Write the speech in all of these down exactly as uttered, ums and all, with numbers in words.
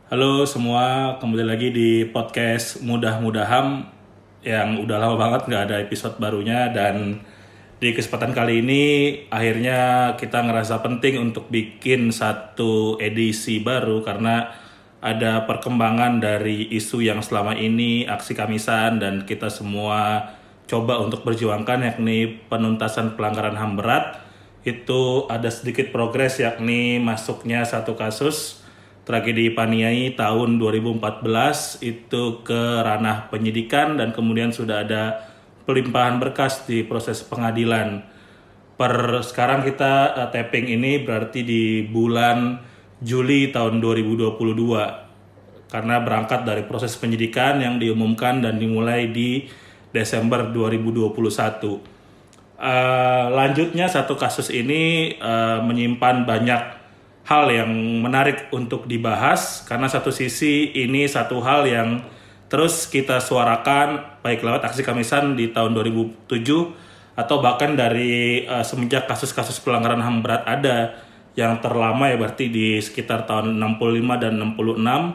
Halo semua, kembali lagi di podcast Mudah-Mudaham yang udah lama banget nggak ada episode barunya, dan di kesempatan kali ini akhirnya kita ngerasa penting untuk bikin satu edisi baru karena ada perkembangan dari isu yang selama ini aksi Kamisan dan kita semua coba untuk berjuangkan, yakni penuntasan pelanggaran H A M berat. Itu ada sedikit progres, yakni masuknya satu kasus tragedi Paniai tahun dua ribu empat belas itu ke ranah penyidikan dan kemudian sudah ada pelimpahan berkas di proses pengadilan. Per sekarang kita uh, tapping ini berarti di bulan Juli tahun dua ribu dua puluh dua karena berangkat dari proses penyidikan yang diumumkan dan dimulai di Desember dua ribu dua puluh satu. Uh, lanjutnya satu kasus ini uh, menyimpan banyak hal yang menarik untuk dibahas karena satu sisi ini satu hal yang terus kita suarakan baik lewat aksi Kamisan di tahun dua ribu tujuh atau bahkan dari uh, semenjak kasus-kasus pelanggaran H A M berat ada yang terlama ya berarti di sekitar tahun enam puluh lima dan enam puluh enam,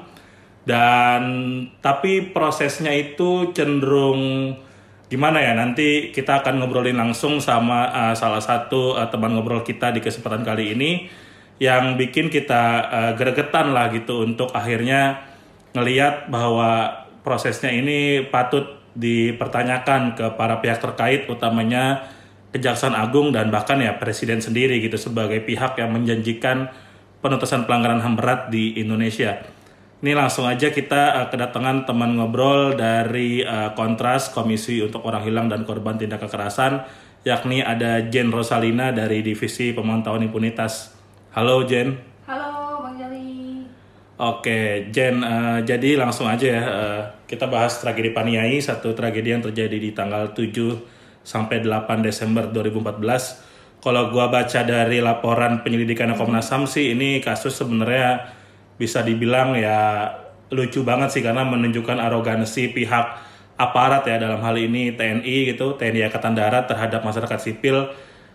dan tapi prosesnya itu cenderung gimana ya, nanti kita akan ngobrolin langsung sama uh, salah satu uh, teman ngobrol kita di kesempatan kali ini yang bikin kita uh, gregetan lah gitu untuk akhirnya ngelihat bahwa prosesnya ini patut dipertanyakan ke para pihak terkait, utamanya Kejaksaan Agung dan bahkan ya Presiden sendiri gitu sebagai pihak yang menjanjikan penuntasan pelanggaran H A M berat di Indonesia. Ini langsung aja kita uh, kedatangan teman ngobrol dari uh, Kontras, Komisi untuk Orang Hilang dan Korban Tindak Kekerasan, yakni ada Jen Rosalina dari Divisi Pemantauan Impunitas. Halo Jen. Halo Bang Jali. Oke Jen, uh, jadi langsung aja ya uh, kita bahas tragedi Paniai, satu tragedi yang terjadi di tanggal tujuh sampai delapan Desember dua ribu empat belas. Kalau gua baca dari laporan penyelidikan Komnas H A M sih, ini kasus sebenarnya bisa dibilang ya lucu banget sih karena menunjukkan arogansi pihak aparat ya, dalam hal ini T N I gitu, T N I Angkatan Darat terhadap masyarakat sipil.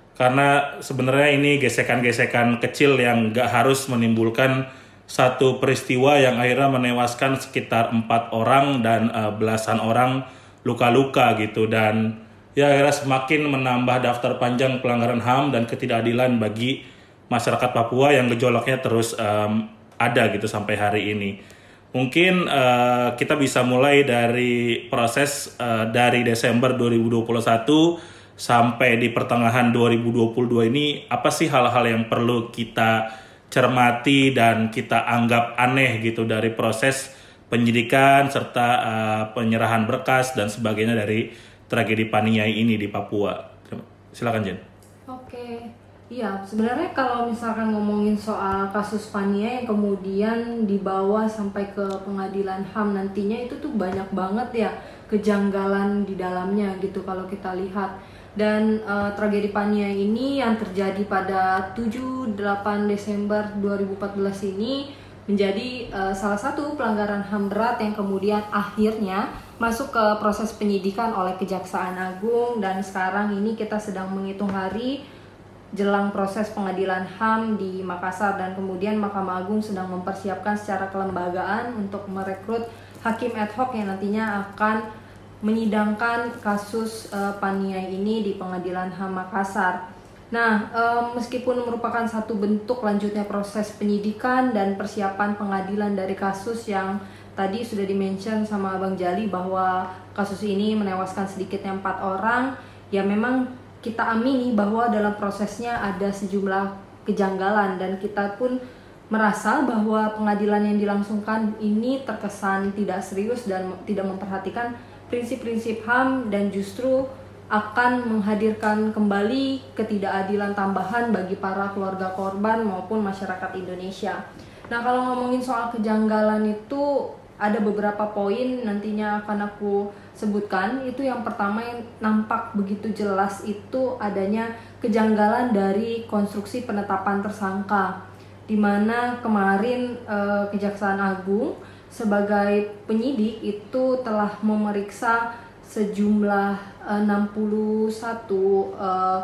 Karena sebenarnya ini gesekan-gesekan kecil yang gak harus menimbulkan satu peristiwa yang akhirnya menewaskan sekitar empat orang dan uh, belasan orang luka-luka gitu, dan ya akhirnya semakin menambah daftar panjang pelanggaran H A M dan ketidakadilan bagi masyarakat Papua yang gejolaknya terus um, ada gitu sampai hari ini. Mungkin uh, kita bisa mulai dari proses uh, dari Desember dua ribu dua puluh satu sampai di pertengahan dua ribu dua puluh dua ini, apa sih hal-hal yang perlu kita cermati dan kita anggap aneh gitu dari proses penyidikan serta uh, penyerahan berkas dan sebagainya dari tragedi Paniai ini di Papua. Silakan Jen. Oke, iya sebenarnya kalau misalkan ngomongin soal kasus Paniai yang kemudian dibawa sampai ke pengadilan H A M nantinya, itu tuh banyak banget ya kejanggalan di dalamnya gitu kalau kita lihat. Dan uh, tragedi Paniai ini yang terjadi pada tujuh delapan Desember dua ribu empat belas ini menjadi uh, salah satu pelanggaran H A M berat yang kemudian akhirnya masuk ke proses penyidikan oleh Kejaksaan Agung, dan sekarang ini kita sedang menghitung hari jelang proses pengadilan H A M di Makassar, dan kemudian Mahkamah Agung sedang mempersiapkan secara kelembagaan untuk merekrut hakim ad hoc yang nantinya akan menyidangkan kasus uh, Paniai ini di Pengadilan H A M Makassar. Nah, um, meskipun merupakan satu bentuk lanjutnya proses penyidikan dan persiapan pengadilan dari kasus yang tadi sudah dimention sama Bang Jali bahwa kasus ini menewaskan sedikitnya empat orang, ya memang kita amini bahwa dalam prosesnya ada sejumlah kejanggalan, dan kita pun merasa bahwa pengadilan yang dilangsungkan ini terkesan tidak serius dan tidak memperhatikan prinsip-prinsip H A M dan justru akan menghadirkan kembali ketidakadilan tambahan bagi para keluarga korban maupun masyarakat Indonesia. Nah, kalau ngomongin soal kejanggalan itu ada beberapa poin nantinya akan aku sebutkan. Itu yang pertama yang nampak begitu jelas itu adanya kejanggalan dari konstruksi penetapan tersangka, di mana kemarin eh, Kejaksaan Agung sebagai penyidik itu telah memeriksa sejumlah uh, enam puluh satu uh,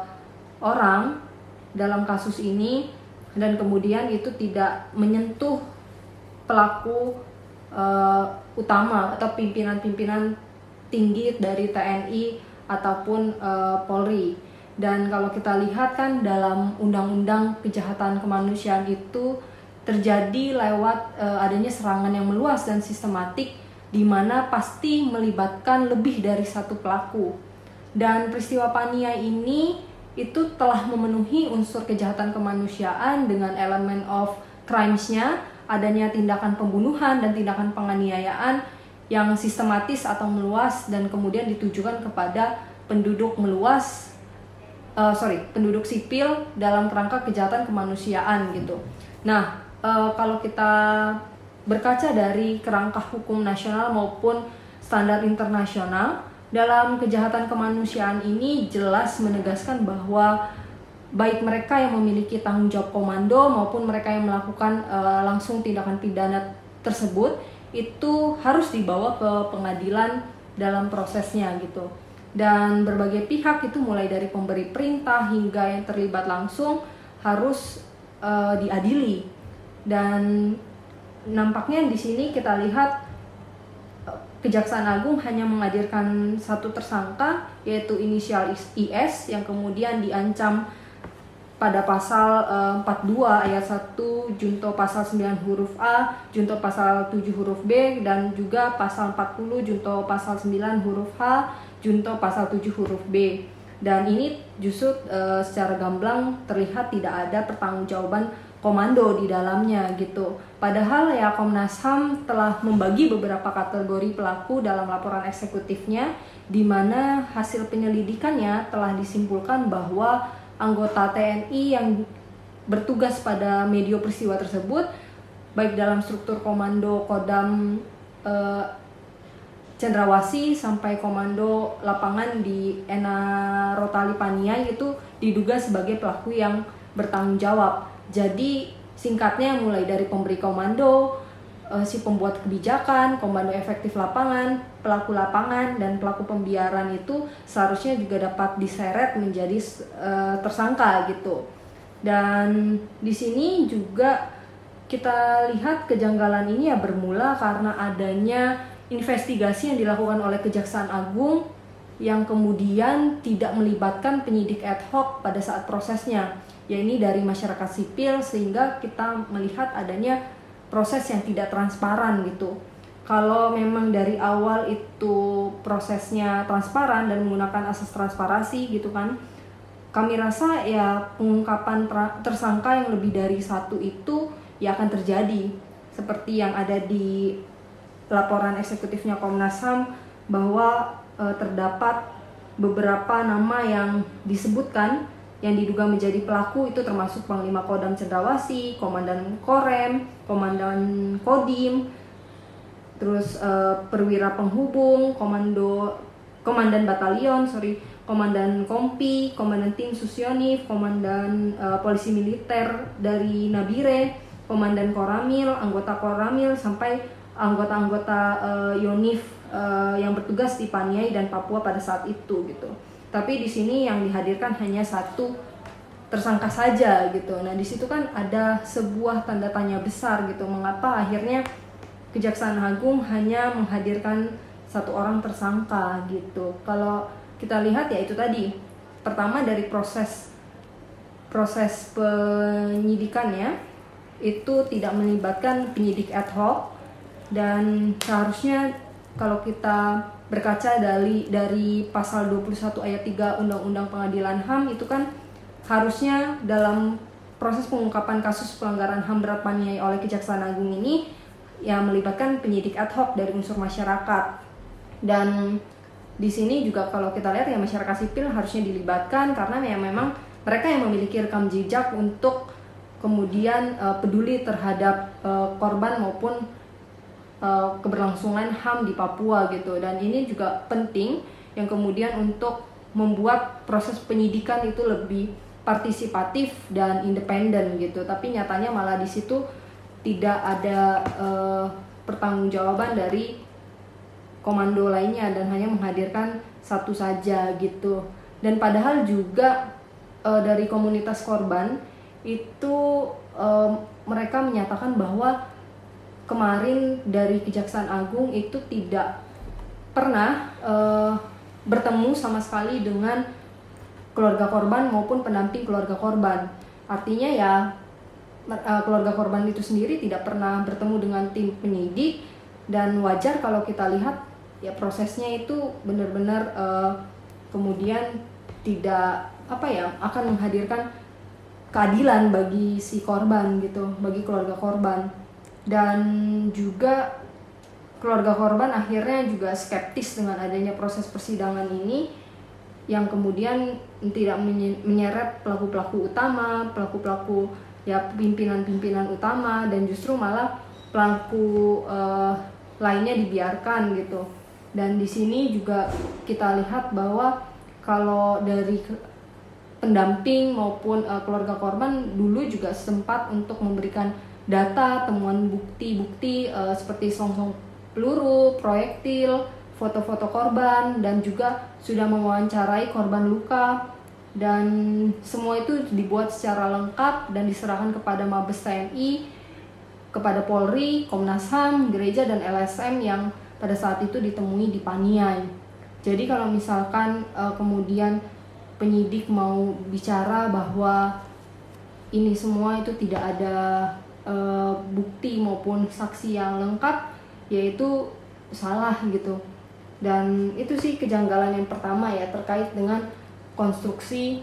orang dalam kasus ini, dan kemudian itu tidak menyentuh pelaku uh, utama atau pimpinan-pimpinan tinggi dari T N I ataupun uh, Polri. Dan kalau kita lihat kan dalam undang-undang kejahatan kemanusiaan itu terjadi lewat uh, adanya serangan yang meluas dan sistematik di mana pasti melibatkan lebih dari satu pelaku. Dan peristiwa Paniai ini itu telah memenuhi unsur kejahatan kemanusiaan dengan elemen of crimes-nya, adanya tindakan pembunuhan dan tindakan penganiayaan yang sistematis atau meluas dan kemudian ditujukan kepada penduduk meluas, uh, sorry, penduduk sipil dalam kerangka kejahatan kemanusiaan gitu. Nah, uh, kalau kita berkaca dari kerangka hukum nasional maupun standar internasional, dalam kejahatan kemanusiaan ini jelas menegaskan bahwa baik mereka yang memiliki tanggung jawab komando maupun mereka yang melakukan uh, langsung tindakan pidana tersebut itu harus dibawa ke pengadilan dalam prosesnya gitu. Dan berbagai pihak itu mulai dari pemberi perintah hingga yang terlibat langsung harus uh, diadili. Dan nampaknya di sini kita lihat Kejaksaan Agung hanya menghadirkan satu tersangka yaitu inisial I S yang kemudian diancam pada pasal uh, empat puluh dua ayat satu junto pasal sembilan huruf A, junto pasal tujuh huruf B dan juga pasal empat puluh junto pasal sembilan huruf H, junto pasal tujuh huruf B. Dan ini justru uh, secara gamblang terlihat tidak ada pertanggungjawaban komando di dalamnya gitu. Padahal ya Komnas H A M telah membagi beberapa kategori pelaku dalam laporan eksekutifnya, di mana hasil penyelidikannya telah disimpulkan bahwa anggota T N I yang bertugas pada medio peristiwa tersebut, baik dalam struktur komando Kodam eh, Cendrawasih sampai komando lapangan di Ena Rotali Paniai itu diduga sebagai pelaku yang bertanggung jawab. Jadi singkatnya mulai dari pemberi komando, si pembuat kebijakan, komando efektif lapangan, pelaku lapangan, dan pelaku pembiaran itu seharusnya juga dapat diseret menjadi uh, tersangka gitu. Dan di sini juga kita lihat kejanggalan ini ya bermula karena adanya investigasi yang dilakukan oleh Kejaksaan Agung yang kemudian tidak melibatkan penyidik ad hoc pada saat prosesnya, yaitu dari masyarakat sipil, sehingga kita melihat adanya proses yang tidak transparan gitu. Kalau memang dari awal itu prosesnya transparan dan menggunakan asas transparansi gitu kan, kami rasa ya pengungkapan tersangka yang lebih dari satu itu ya akan terjadi. Seperti yang ada di laporan eksekutifnya Komnas H A M bahwa e, terdapat beberapa nama yang disebutkan yang diduga menjadi pelaku itu termasuk Panglima Kodam Cendrawasih, Komandan Korem, Komandan Kodim, terus uh, perwira penghubung, komando komandan batalion, sorry, komandan kompi, komandan tim Susionif, komandan uh, polisi militer dari Nabire, komandan Koramil, anggota Koramil sampai anggota-anggota uh, Yonif uh, yang bertugas di Paniai dan Papua pada saat itu gitu. Tapi di sini yang dihadirkan hanya satu tersangka saja gitu. Nah, di situ kan ada sebuah tanda tanya besar gitu. Mengapa akhirnya Kejaksaan Agung hanya menghadirkan satu orang tersangka gitu. Kalau kita lihat ya itu tadi. Pertama dari proses proses penyidikannya itu tidak melibatkan penyidik ad hoc, dan seharusnya kalau kita berkaca dari dari pasal dua puluh satu ayat tiga Undang-Undang Pengadilan H A M itu kan harusnya dalam proses pengungkapan kasus pelanggaran H A M berat Paniai oleh Kejaksaan Agung ini ya melibatkan penyidik ad hoc dari unsur masyarakat. Dan di sini juga kalau kita lihat ya masyarakat sipil harusnya dilibatkan karena ya memang mereka yang memiliki rekam jejak untuk kemudian uh, peduli terhadap uh, korban maupun uh, keberlangsungan H A M di Papua gitu. Dan ini juga penting yang kemudian untuk membuat proses penyidikan itu lebih partisipatif dan independen gitu. Tapi nyatanya malah di situ tidak ada uh, pertanggungjawaban dari komando lainnya dan hanya menghadirkan satu saja gitu. Dan padahal juga uh, dari komunitas korban itu uh, mereka menyatakan bahwa kemarin dari Kejaksaan Agung itu tidak pernah uh, bertemu sama sekali dengan keluarga korban maupun pendamping keluarga korban. Artinya ya uh, keluarga korban itu sendiri tidak pernah bertemu dengan tim penyidik, dan wajar kalau kita lihat ya prosesnya itu benar-benar uh, kemudian tidak apa ya akan menghadirkan keadilan bagi si korban gitu, bagi keluarga korban. Dan juga keluarga korban akhirnya juga skeptis dengan adanya proses persidangan ini, yang kemudian tidak menyeret pelaku-pelaku utama, pelaku-pelaku ya pimpinan-pimpinan utama, dan justru malah pelaku uh, lainnya dibiarkan gitu. Dan di sini juga kita lihat bahwa kalau dari pendamping maupun uh, keluarga korban dulu juga sempat untuk memberikan data, temuan bukti-bukti uh, seperti selongsong peluru, proyektil, foto-foto korban, dan juga sudah mewawancarai korban luka, dan semua itu dibuat secara lengkap dan diserahkan kepada Mabes T N I, kepada Polri, Komnas H A M, gereja, dan L S M yang pada saat itu ditemui di Paniai. Jadi kalau misalkan uh, kemudian penyidik mau bicara bahwa ini semua itu tidak ada uh, bukti maupun saksi yang lengkap, yaitu salah gitu. Dan itu sih kejanggalan yang pertama ya, terkait dengan konstruksi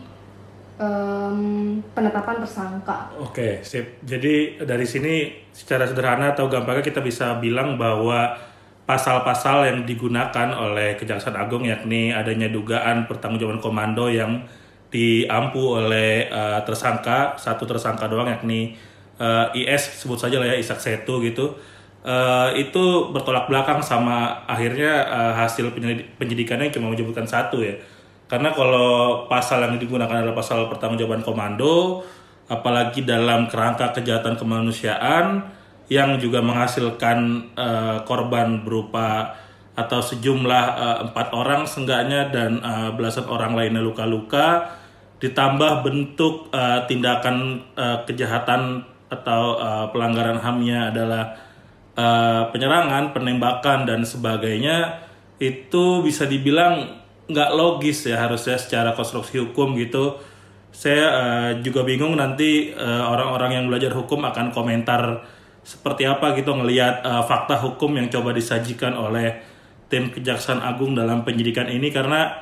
um, penetapan tersangka. Oke, sip. Jadi dari sini secara sederhana atau gampangnya kita bisa bilang bahwa pasal-pasal yang digunakan oleh Kejaksaan Agung, yakni adanya dugaan pertanggungjawaban komando yang diampu oleh uh, tersangka, satu tersangka doang, yakni uh, I S, sebut saja lah ya, Ishak Setu gitu. Uh, itu bertolak belakang sama akhirnya uh, hasil penyidikannya cuma menyebutkan satu ya. Karena kalau pasal yang digunakan adalah pasal pertanggungjawaban komando, apalagi dalam kerangka kejahatan kemanusiaan yang juga menghasilkan uh, korban berupa atau sejumlah uh, empat orang seenggaknya, dan uh, belasan orang lainnya luka-luka, ditambah bentuk uh, tindakan uh, kejahatan atau uh, pelanggaran H A M-nya adalah Uh, penyerangan, penembakan, dan sebagainya, itu bisa dibilang nggak logis ya harusnya secara konstruksi hukum gitu. Saya uh, juga bingung nanti uh, orang-orang yang belajar hukum akan komentar seperti apa gitu ngelihat uh, fakta hukum yang coba disajikan oleh tim Kejaksaan Agung dalam penyidikan ini, karena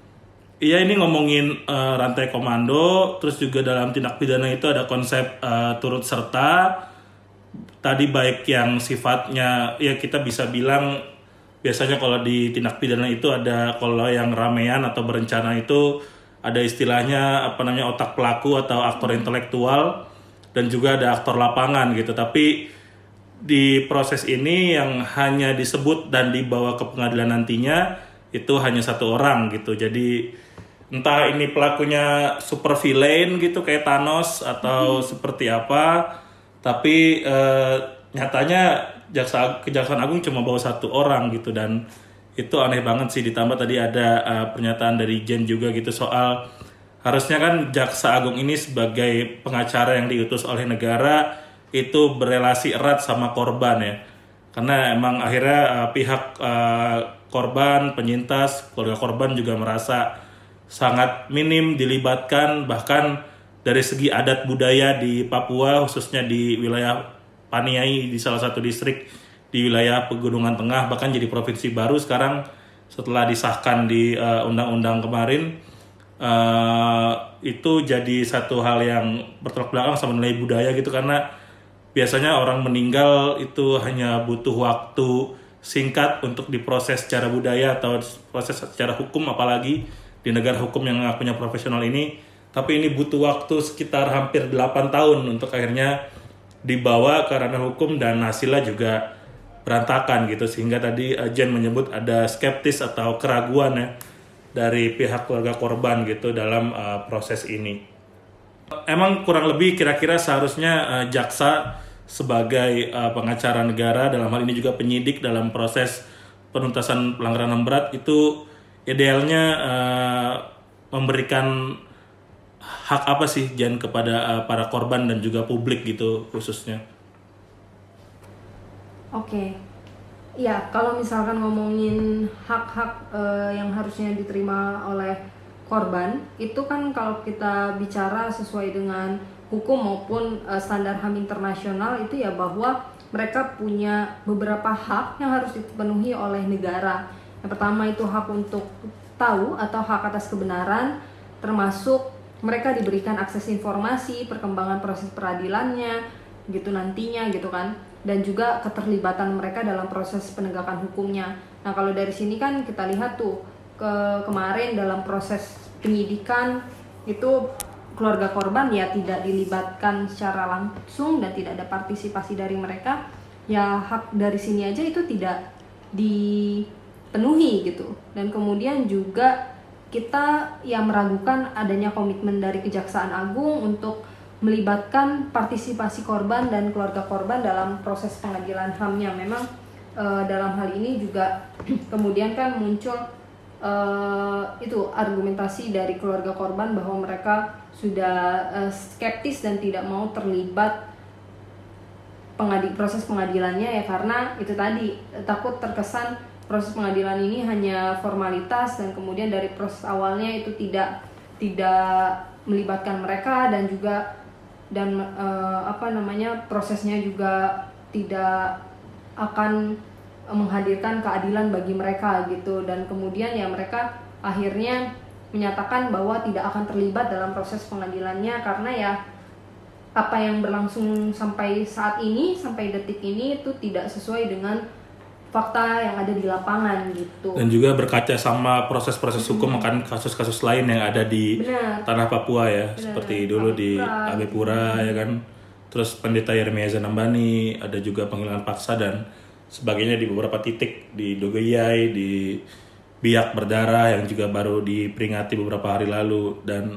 ya ini ngomongin uh, rantai komando, terus juga dalam tindak pidana itu ada konsep uh, turut serta. Tadi baik yang sifatnya ya kita bisa bilang biasanya kalau di tindak pidana itu ada, kalau yang ramean atau berencana itu ada istilahnya apa namanya otak pelaku atau aktor intelektual, dan juga ada aktor lapangan gitu. Tapi di proses ini yang hanya disebut dan dibawa ke pengadilan nantinya itu hanya satu orang gitu. Jadi entah ini pelakunya super villain gitu kayak Thanos atau hmm. seperti apa, tapi eh, nyatanya jaksa Kejaksaan Agung cuma bawa satu orang gitu, dan itu aneh banget sih. Ditambah tadi ada uh, pernyataan dari Jen juga gitu soal harusnya kan Jaksa Agung ini sebagai pengacara yang diutus oleh negara itu berelasi erat sama korban ya, karena emang akhirnya uh, pihak uh, korban, penyintas, keluarga korban juga merasa sangat minim dilibatkan, bahkan dari segi adat budaya di Papua, khususnya di wilayah Paniai, di salah satu distrik di wilayah Pegunungan Tengah, bahkan jadi provinsi baru sekarang setelah disahkan di uh, undang-undang kemarin, uh, itu jadi satu hal yang bertolak belakang sama nilai budaya gitu, karena biasanya orang meninggal itu hanya butuh waktu singkat untuk diproses secara budaya atau proses secara hukum, apalagi di negara hukum yang punya profesional ini. Tapi ini butuh waktu sekitar hampir delapan tahun untuk akhirnya dibawa ke ranah hukum, dan hasilnya juga berantakan gitu. Sehingga tadi Jen menyebut ada skeptis atau keraguan ya dari pihak keluarga korban gitu dalam uh, proses ini. Emang kurang lebih kira-kira seharusnya uh, jaksa sebagai uh, pengacara negara, dalam hal ini juga penyidik dalam proses penuntasan pelanggaran H A M berat, itu idealnya uh, memberikan hak apa sih Jan kepada uh, para korban dan juga publik gitu khususnya? Oke, ya kalau misalkan ngomongin hak-hak uh, yang harusnya diterima oleh korban, itu kan kalau kita bicara sesuai dengan hukum maupun uh, standar H A M internasional itu ya bahwa mereka punya beberapa hak yang harus dipenuhi oleh negara. Yang pertama itu hak untuk tahu atau hak atas kebenaran, termasuk mereka diberikan akses informasi, perkembangan proses peradilannya, gitu nantinya gitu kan, dan juga keterlibatan mereka dalam proses penegakan hukumnya. Nah kalau dari sini kan kita lihat tuh ke kemarin dalam proses penyidikan itu keluarga korban ya tidak dilibatkan secara langsung dan tidak ada partisipasi dari mereka. Ya hak dari sini aja itu tidak dipenuhi gitu. Dan kemudian juga kita yang meragukan adanya komitmen dari Kejaksaan Agung untuk melibatkan partisipasi korban dan keluarga korban dalam proses pengadilan H A M-nya. Memang e, dalam hal ini juga kemudian kan muncul e, itu argumentasi dari keluarga korban bahwa mereka sudah e, skeptis dan tidak mau terlibat pengadi, proses pengadilannya ya karena itu tadi takut terkesan proses pengadilan ini hanya formalitas dan kemudian dari proses awalnya itu tidak tidak melibatkan mereka dan juga dan e, apa namanya prosesnya juga tidak akan menghadirkan keadilan bagi mereka gitu. Dan kemudian ya mereka akhirnya menyatakan bahwa tidak akan terlibat dalam proses pengadilannya karena ya apa yang berlangsung sampai saat ini sampai detik ini itu tidak sesuai dengan fakta yang ada di lapangan gitu. Dan juga berkaca sama proses-proses hukum akan kasus-kasus lain yang ada di Bener. Tanah Papua ya. Bener. Seperti dulu Abepura, di Abepura ya kan. Terus Pendeta Yeremia Zanambani, ada juga penghilangan paksa dan sebagainya di beberapa titik di Dogeyai, di Biak berdarah yang juga baru diperingati beberapa hari lalu. Dan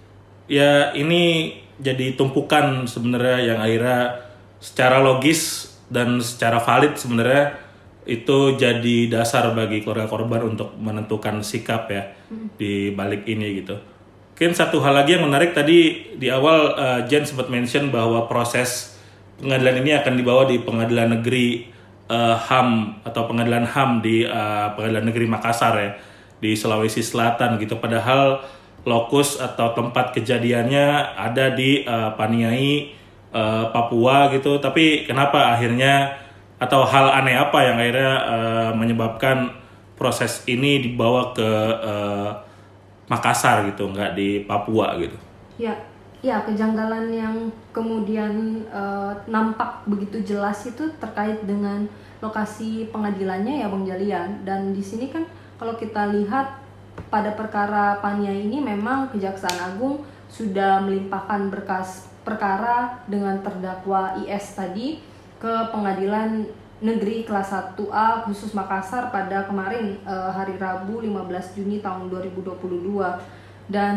ya ini jadi tumpukan sebenarnya yang akhirnya secara logis dan secara valid sebenarnya itu jadi dasar bagi keluarga korban untuk menentukan sikap ya hmm. di balik ini gitu. Mungkin satu hal lagi yang menarik tadi di awal uh, Jen sempat mention bahwa proses pengadilan ini akan dibawa di Pengadilan Negeri uh, H A M atau Pengadilan H A M di uh, Pengadilan Negeri Makassar ya di Sulawesi Selatan gitu. Padahal lokus atau tempat kejadiannya ada di uh, Paniai uh, Papua gitu. Tapi kenapa akhirnya atau hal aneh apa yang akhirnya uh, menyebabkan proses ini dibawa ke uh, Makassar gitu, nggak di Papua gitu? Ya, ya kejanggalan yang kemudian uh, nampak begitu jelas itu terkait dengan lokasi pengadilannya ya Bang Jalian. Dan di sini kan kalau kita lihat pada perkara Paniai ini memang Kejaksaan Agung sudah melimpahkan berkas perkara dengan terdakwa I S tadi ke Pengadilan Negeri Kelas satu A khusus Makassar pada kemarin eh, hari Rabu lima belas Juni tahun dua ribu dua puluh dua. Dan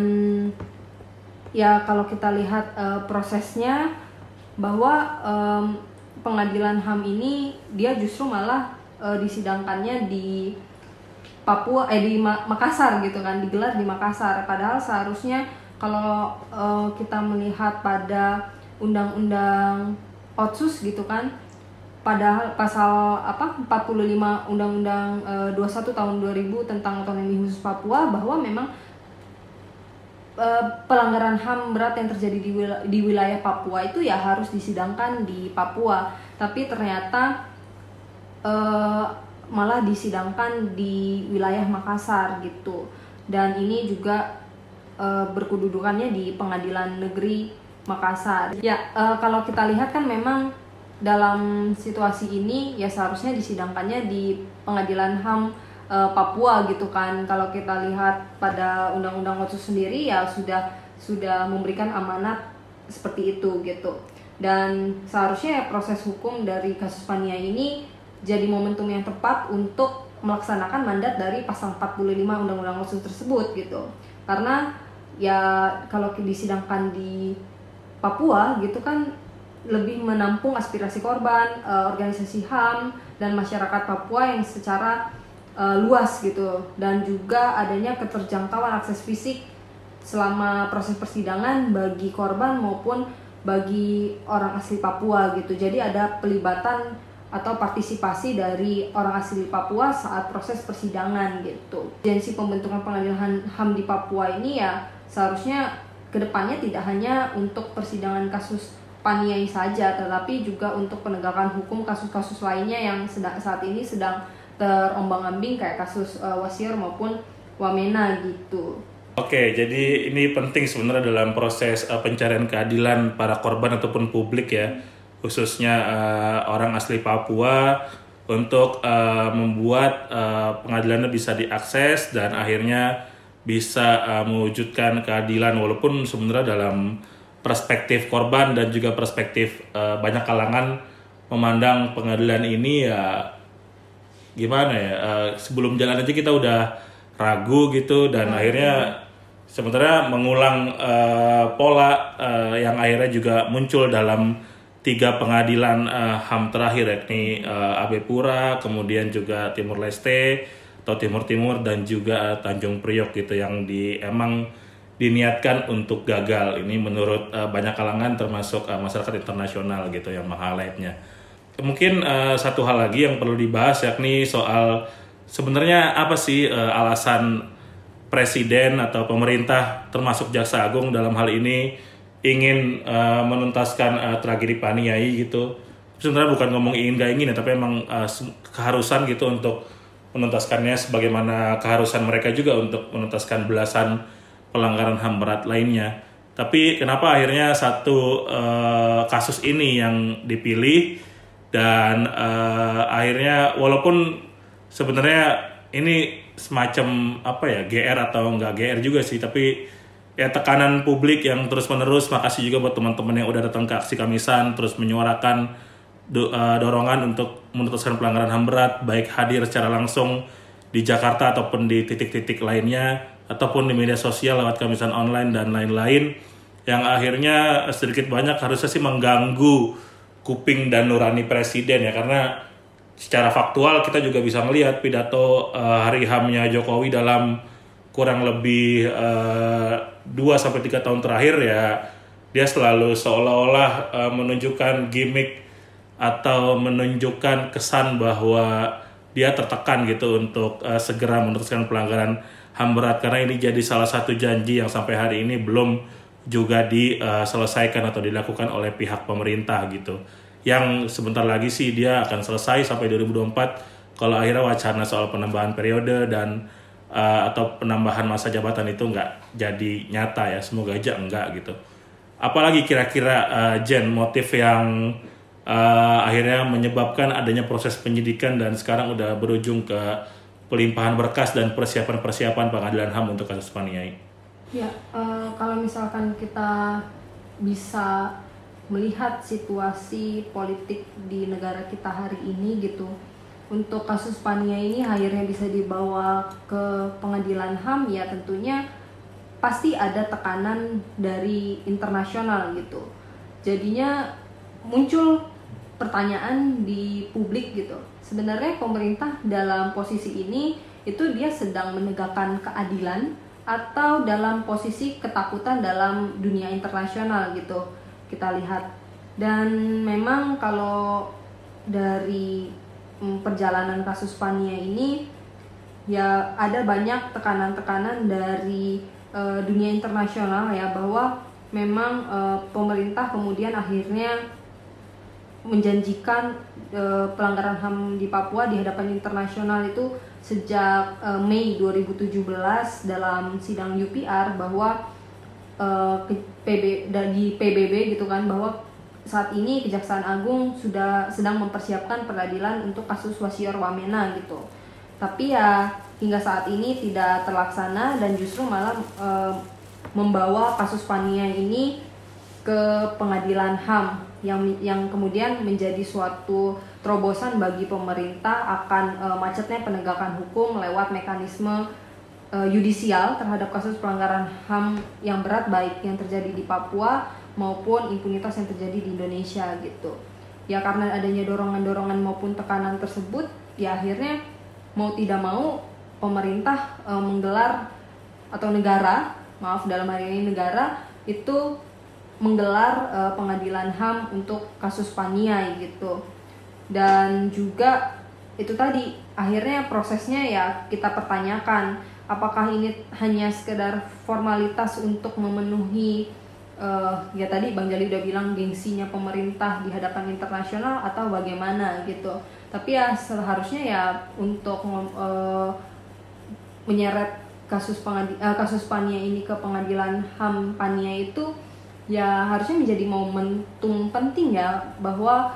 ya kalau kita lihat eh, prosesnya bahwa eh, Pengadilan H A M ini dia justru malah eh, disidangkannya di Papua eh di Makassar gitu kan, digelar di Makassar. Padahal seharusnya kalau eh, kita melihat pada undang-undang Otsus gitu kan, padahal pasal apa empat puluh lima Undang-Undang e, dua puluh satu tahun dua ribu tentang otonomi khusus Papua bahwa memang e, pelanggaran H A M berat yang terjadi di, wil- di wilayah Papua itu ya harus disidangkan di Papua, tapi ternyata e, malah disidangkan di wilayah Makassar gitu. Dan ini juga e, berkedudukannya di Pengadilan Negeri Makassar. Ya, e, kalau kita lihat kan memang dalam situasi ini ya seharusnya disidangkannya di Pengadilan H A M e, Papua gitu kan. Kalau kita lihat pada Undang-Undang Otsus sendiri ya sudah sudah memberikan amanat seperti itu gitu. Dan seharusnya ya proses hukum dari kasus Paniai ini jadi momentum yang tepat untuk melaksanakan mandat dari pasal empat puluh lima Undang-Undang Otsus tersebut gitu. Karena ya kalau disidangkan di Papua gitu kan lebih menampung aspirasi korban, uh, organisasi H A M dan masyarakat Papua yang secara uh, luas gitu, dan juga adanya keterjangkauan akses fisik selama proses persidangan bagi korban maupun bagi orang asli Papua gitu. Jadi ada pelibatan atau partisipasi dari orang asli Papua saat proses persidangan gitu. Urgensi pembentukan pengadilan H A M di Papua ini ya seharusnya kedepannya tidak hanya untuk persidangan kasus Paniai saja, tetapi juga untuk penegakan hukum kasus-kasus lainnya yang sedang, saat ini sedang terombang-ambing kayak kasus uh, Wasior maupun Wamena gitu. Oke, jadi ini penting sebenarnya dalam proses uh, pencarian keadilan para korban ataupun publik ya, khususnya uh, orang asli Papua untuk uh, membuat uh, pengadilannya bisa diakses dan akhirnya bisa uh, mewujudkan keadilan walaupun sebenarnya dalam perspektif korban dan juga perspektif uh, banyak kalangan memandang pengadilan ini ya gimana ya, uh, sebelum jalan aja kita udah ragu gitu dan hmm. akhirnya sebenarnya mengulang uh, pola uh, yang akhirnya juga muncul dalam tiga pengadilan uh, H A M terakhir yakni uh, Abepura, kemudian juga Timur Leste atau Timur Timur dan juga uh, Tanjung Priok gitu yang di emang diniatkan untuk gagal. Ini menurut uh, banyak kalangan termasuk uh, masyarakat internasional gitu yang meng-highlight-nya. Mungkin uh, satu hal lagi yang perlu dibahas yakni soal sebenarnya apa sih uh, alasan presiden atau pemerintah termasuk Jaksa Agung dalam hal ini ingin uh, menuntaskan uh, tragedi Paniai gitu. Sebenarnya bukan ngomong ingin gak ingin ya, tapi emang uh, keharusan gitu untuk menuntaskannya sebagaimana keharusan mereka juga untuk menuntaskan belasan pelanggaran H A M berat lainnya. Tapi kenapa akhirnya satu uh, kasus ini yang dipilih dan uh, akhirnya walaupun sebenarnya ini semacam apa ya G R atau enggak G R juga sih, tapi ya tekanan publik yang terus-menerus. Makasih juga buat teman-teman yang udah datang ke aksi Kamisan terus menyuarakan do, uh, dorongan untuk menuntaskan pelanggaran H A M berat, baik hadir secara langsung di Jakarta ataupun di titik-titik lainnya ataupun di media sosial lewat Kamisan online dan lain-lain yang akhirnya sedikit banyak harusnya sih mengganggu kuping dan nurani presiden ya, karena secara faktual kita juga bisa melihat pidato uh, hari H A M-nya Jokowi dalam kurang lebih uh, dua sampai tiga tahun terakhir ya, dia selalu seolah-olah uh, menunjukkan gimmick atau menunjukkan kesan bahwa dia tertekan gitu untuk uh, segera menuntaskan pelanggaran H A M berat, karena ini jadi salah satu janji yang sampai hari ini belum juga diselesaikan atau dilakukan oleh pihak pemerintah gitu. Yang sebentar lagi sih dia akan selesai sampai dua ribu dua puluh empat kalau akhirnya wacana soal penambahan periode dan Uh, atau penambahan masa jabatan itu nggak jadi nyata ya, semoga aja enggak gitu. Apalagi kira-kira uh, Jen motif yang uh, akhirnya menyebabkan adanya proses penyidikan dan sekarang udah berujung ke pelimpahan berkas dan persiapan-persiapan pengadilan H A M untuk kasus Paniai. Ya, uh, kalau misalkan kita bisa melihat situasi politik di negara kita hari ini gitu, untuk kasus Paniai ini akhirnya bisa dibawa ke pengadilan H A M ya tentunya pasti ada tekanan dari internasional gitu. Jadinya muncul pertanyaan di publik gitu. Sebenarnya pemerintah dalam posisi ini itu dia sedang menegakkan keadilan atau dalam posisi ketakutan dalam dunia internasional gitu. Kita lihat. Dan memang kalau dari perjalanan kasus Paniai ini ya ada banyak tekanan-tekanan dari uh, dunia internasional ya, bahwa memang uh, pemerintah kemudian akhirnya menjanjikan uh, pelanggaran H A M di Papua di hadapan internasional itu sejak uh, Mei dua ribu tujuh belas dalam sidang U P R, bahwa uh, P B, di P B B gitu kan, bahwa saat ini Kejaksaan Agung sudah sedang mempersiapkan peradilan untuk kasus Wasior Wamena gitu. Tapi ya hingga saat ini tidak terlaksana dan justru malah e, membawa kasus Paniai ini ke pengadilan H A M yang yang kemudian menjadi suatu terobosan bagi pemerintah akan e, macetnya penegakan hukum lewat mekanisme e, yudisial terhadap kasus pelanggaran H A M yang berat baik yang terjadi di Papua maupun impunitas yang terjadi di Indonesia gitu. Ya karena adanya dorongan-dorongan maupun tekanan tersebut, ya akhirnya mau tidak mau pemerintah e, menggelar atau negara, maaf dalam hal ini negara itu menggelar e, pengadilan H A M untuk kasus Paniai gitu. Dan juga itu tadi akhirnya prosesnya ya kita pertanyakan, apakah ini hanya sekedar formalitas untuk memenuhi uh, ya tadi Bang Jali udah bilang gengsinya pemerintah di hadapan internasional atau bagaimana gitu. Tapi ya seharusnya ya untuk uh, menyeret kasus pengadi- uh, kasus Pania ini ke pengadilan H A M Pania itu ya harusnya menjadi momentum penting ya, bahwa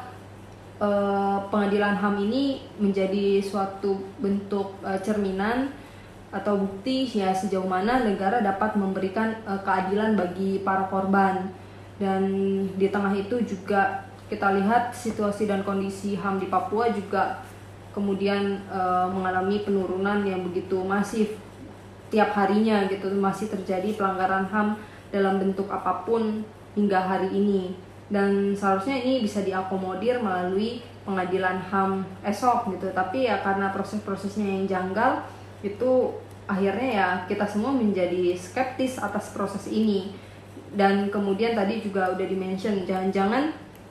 uh, pengadilan H A M ini menjadi suatu bentuk uh, cerminan atau bukti ya sejauh mana negara dapat memberikan uh, keadilan bagi para korban. Dan di tengah itu juga kita lihat situasi dan kondisi H A M di Papua juga kemudian uh, mengalami penurunan yang begitu masif tiap harinya gitu, masih terjadi pelanggaran H A M dalam bentuk apapun hingga hari ini. Dan seharusnya ini bisa diakomodir melalui pengadilan H A M esok gitu, tapi ya karena proses-prosesnya yang janggal itu akhirnya ya kita semua menjadi skeptis atas proses ini. Dan kemudian tadi juga udah di-mention, jangan-jangan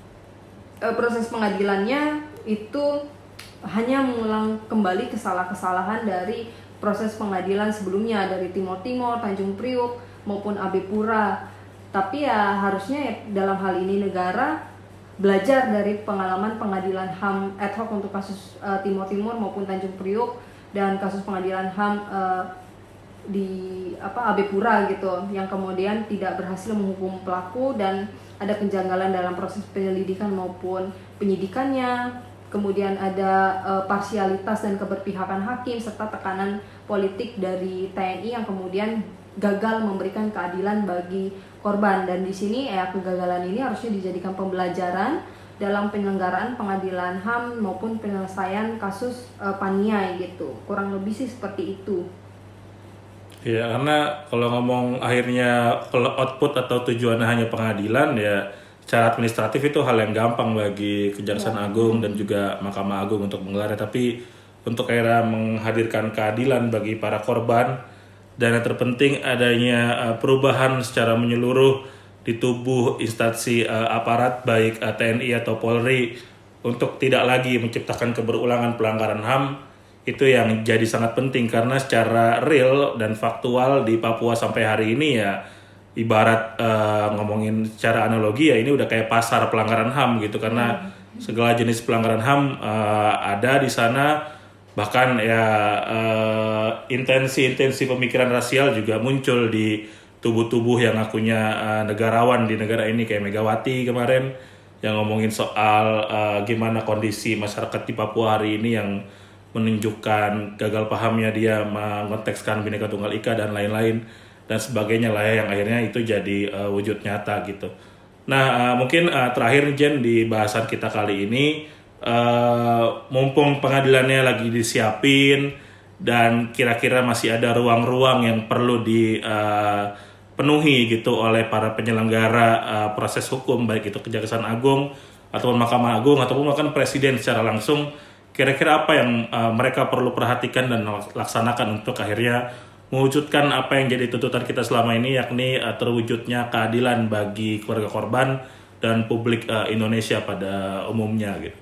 e, proses pengadilannya itu hanya mengulang kembali kesalahan-kesalahan dari proses pengadilan sebelumnya, dari Timor Timor, Tanjung Priuk maupun Abe Pura. Tapi ya harusnya dalam hal ini negara belajar dari pengalaman pengadilan H A M ad hoc untuk kasus e, Timor Timor maupun Tanjung Priuk, dan kasus pengadilan H A M uh, di apa Abe Pura gitu, yang kemudian tidak berhasil menghukum pelaku dan ada kejanggalan dalam proses penyelidikan maupun penyidikannya. Kemudian ada uh, parsialitas dan keberpihakan hakim serta tekanan politik dari T N I yang kemudian gagal memberikan keadilan bagi korban. Dan di sini ya kegagalan ini harusnya dijadikan pembelajaran dalam penyelenggaraan pengadilan H A M maupun penyelesaian kasus uh, Paniai gitu. Kurang lebih sih seperti itu. Ya, karena kalau ngomong akhirnya kalau output atau tujuannya hanya pengadilan, ya secara administratif itu hal yang gampang bagi Kejaksaan ya. Agung dan juga Mahkamah Agung untuk menggelarnya. Tapi untuk akhirnya menghadirkan keadilan bagi para korban, dan yang terpenting adanya uh, perubahan secara menyeluruh di tubuh instansi uh, aparat baik uh, T N I atau Polri untuk tidak lagi menciptakan keberulangan pelanggaran H A M, itu yang jadi sangat penting. Karena secara real dan faktual di Papua sampai hari ini ya ibarat uh, ngomongin secara analogi ya ini udah kayak pasar pelanggaran H A M gitu, karena segala jenis pelanggaran H A M uh, ada di sana. Bahkan ya uh, intensi-intensi pemikiran rasial juga muncul di tubuh-tubuh yang ngakunya uh, negarawan di negara ini, kayak Megawati kemarin yang ngomongin soal uh, gimana kondisi masyarakat di Papua hari ini, yang menunjukkan gagal pahamnya dia mengontekskan Bhinneka Tunggal Ika dan lain-lain dan sebagainya lah ya, yang akhirnya itu jadi uh, wujud nyata gitu. Nah uh, mungkin uh, terakhir Jen di bahasan kita kali ini, uh, mumpung pengadilannya lagi disiapin dan kira-kira masih ada ruang-ruang yang perlu di uh, penuhi gitu oleh para penyelenggara uh, proses hukum, baik itu Kejaksaan Agung ataupun Mahkamah Agung ataupun bahkan Presiden secara langsung. Kira-kira apa yang uh, mereka perlu perhatikan dan laksanakan untuk akhirnya mewujudkan apa yang jadi tuntutan kita selama ini, yakni uh, terwujudnya keadilan bagi keluarga korban dan publik uh, Indonesia pada umumnya gitu.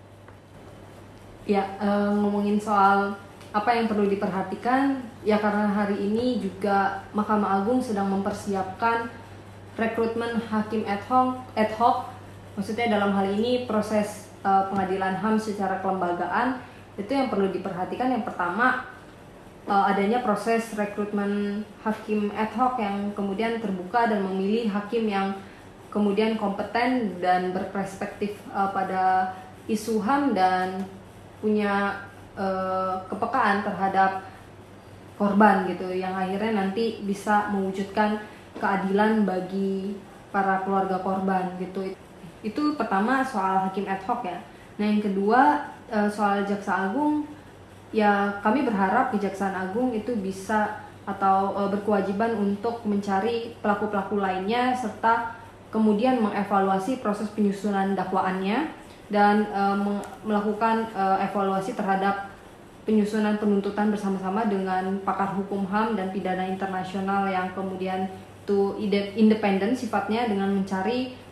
Ya, uh, ngomongin soal apa yang perlu diperhatikan, ya karena hari ini juga Mahkamah Agung sedang mempersiapkan rekrutmen hakim ad hoc, ad hoc. Maksudnya dalam hal ini proses uh, pengadilan H A M secara kelembagaan itu yang perlu diperhatikan. Yang pertama uh, adanya proses rekrutmen hakim ad hoc yang kemudian terbuka dan memilih hakim yang kemudian kompeten dan berperspektif uh, pada isu H A M dan punya Uh, kepekaan terhadap korban gitu, yang akhirnya nanti bisa mewujudkan keadilan bagi para keluarga korban gitu. Itu pertama soal hakim ad hoc ya. Nah yang kedua uh, soal Jaksa Agung, ya kami berharap Kejaksaan Agung itu bisa atau uh, berkewajiban untuk mencari pelaku-pelaku lainnya serta kemudian mengevaluasi proses penyusunan dakwaannya dan uh, melakukan uh, evaluasi terhadap penyusunan penuntutan bersama-sama dengan pakar hukum H A M dan pidana internasional yang kemudian itu independen sifatnya, dengan mencari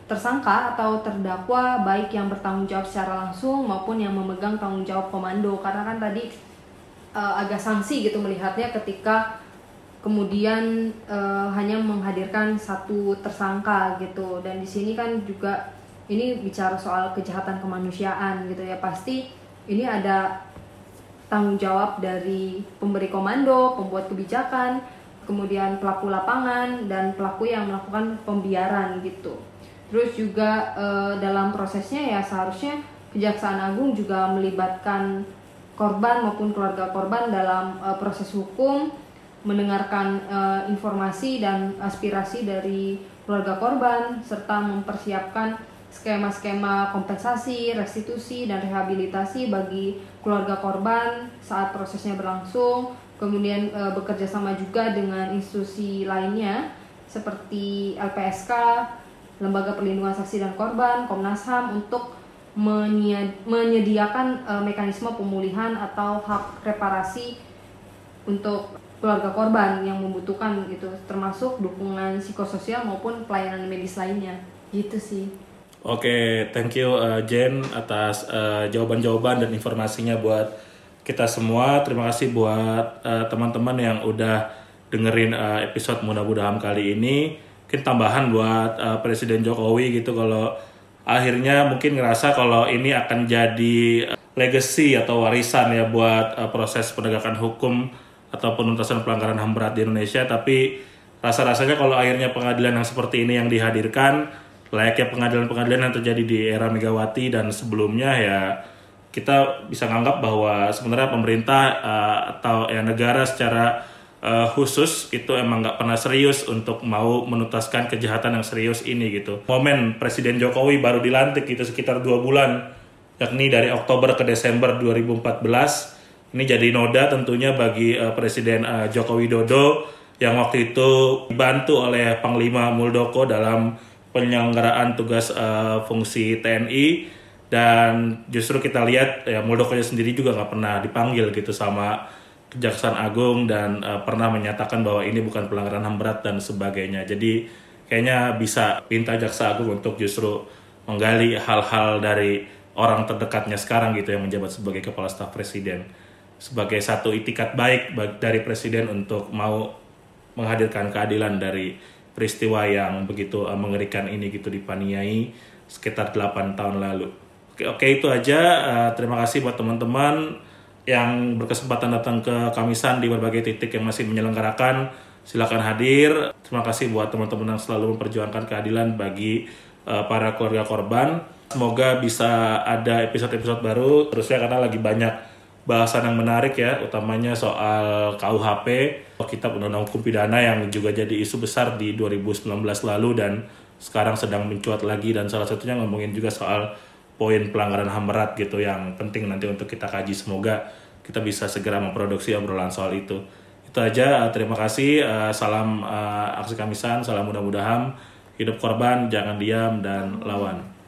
tersangka atau terdakwa baik yang bertanggung jawab secara langsung maupun yang memegang tanggung jawab komando. Karena kan tadi uh, agak sanksi gitu melihatnya ketika kemudian uh, hanya menghadirkan satu tersangka gitu. Dan di sini kan juga ini bicara soal kejahatan kemanusiaan gitu ya, pasti ini ada tanggung jawab dari pemberi komando, pembuat kebijakan, kemudian pelaku lapangan dan pelaku yang melakukan pembiaran gitu. Terus juga e, dalam prosesnya ya seharusnya Kejaksaan Agung juga melibatkan korban maupun keluarga korban dalam e, proses hukum, mendengarkan e, informasi dan aspirasi dari keluarga korban serta mempersiapkan skema-skema kompensasi, restitusi dan rehabilitasi bagi keluarga korban saat prosesnya berlangsung. Kemudian e, bekerja sama juga dengan institusi lainnya seperti L P S K, Lembaga Perlindungan Saksi dan Korban, Komnas H A M untuk menyediakan e, mekanisme pemulihan atau hak reparasi untuk keluarga korban yang membutuhkan gitu, termasuk dukungan psikososial maupun pelayanan medis lainnya. Gitu sih. Oke, okay, thank you uh, Jen atas uh, jawaban-jawaban dan informasinya buat kita semua. Terima kasih buat uh, teman-teman yang udah dengerin uh, episode mudah-mudahan kali ini. Mungkin tambahan buat uh, Presiden Jokowi gitu, kalau akhirnya mungkin ngerasa kalau ini akan jadi legacy atau warisan ya buat uh, proses penegakan hukum atau penuntasan pelanggaran H A M berat di Indonesia. Tapi rasa-rasanya kalau akhirnya pengadilan yang seperti ini yang dihadirkan, layaknya pengadilan-pengadilan yang terjadi di era Megawati dan sebelumnya, ya kita bisa nganggap bahwa sebenarnya pemerintah uh, atau ya negara secara uh, khusus itu emang nggak pernah serius untuk mau menuntaskan kejahatan yang serius ini gitu. Momen Presiden Jokowi baru dilantik itu sekitar dua bulan, yakni dari Oktober ke Desember dua ribu empat belas. Ini jadi noda tentunya bagi uh, Presiden uh, Joko Widodo yang waktu itu dibantu oleh Panglima Muldoko dalam penyelenggaraan tugas uh, fungsi T N I. Dan justru kita lihat ya Muldoko sendiri juga nggak pernah dipanggil gitu sama Kejaksaan Agung dan uh, pernah menyatakan bahwa ini bukan pelanggaran H A M berat dan sebagainya. Jadi kayaknya bisa pinta Jaksa Agung untuk justru menggali hal-hal dari orang terdekatnya sekarang gitu yang menjabat sebagai Kepala Staf Presiden, sebagai satu itikat baik dari Presiden untuk mau menghadirkan keadilan dari peristiwa yang begitu uh, mengerikan ini gitu dipaniai sekitar delapan tahun lalu. Oke, oke itu aja. Uh, terima kasih buat teman-teman yang berkesempatan datang ke Kamisan di berbagai titik yang masih menyelenggarakan. Silakan hadir. Terima kasih buat teman-teman yang selalu memperjuangkan keadilan bagi uh, para keluarga korban. Semoga bisa ada episode-episode baru terusnya karena lagi banyak bahasan yang menarik ya, utamanya soal K U H P, Kitab Undang-Undang Hukum Pidana yang juga jadi isu besar di dua ribu sembilan belas lalu dan sekarang sedang mencuat lagi, dan salah satunya ngomongin juga soal poin pelanggaran H A M berat gitu yang penting nanti untuk kita kaji. Semoga kita bisa segera memproduksi obrolan soal itu. Itu aja, terima kasih, salam Aksi Kamisan, salam mudah-mudahan, hidup korban, jangan diam dan lawan.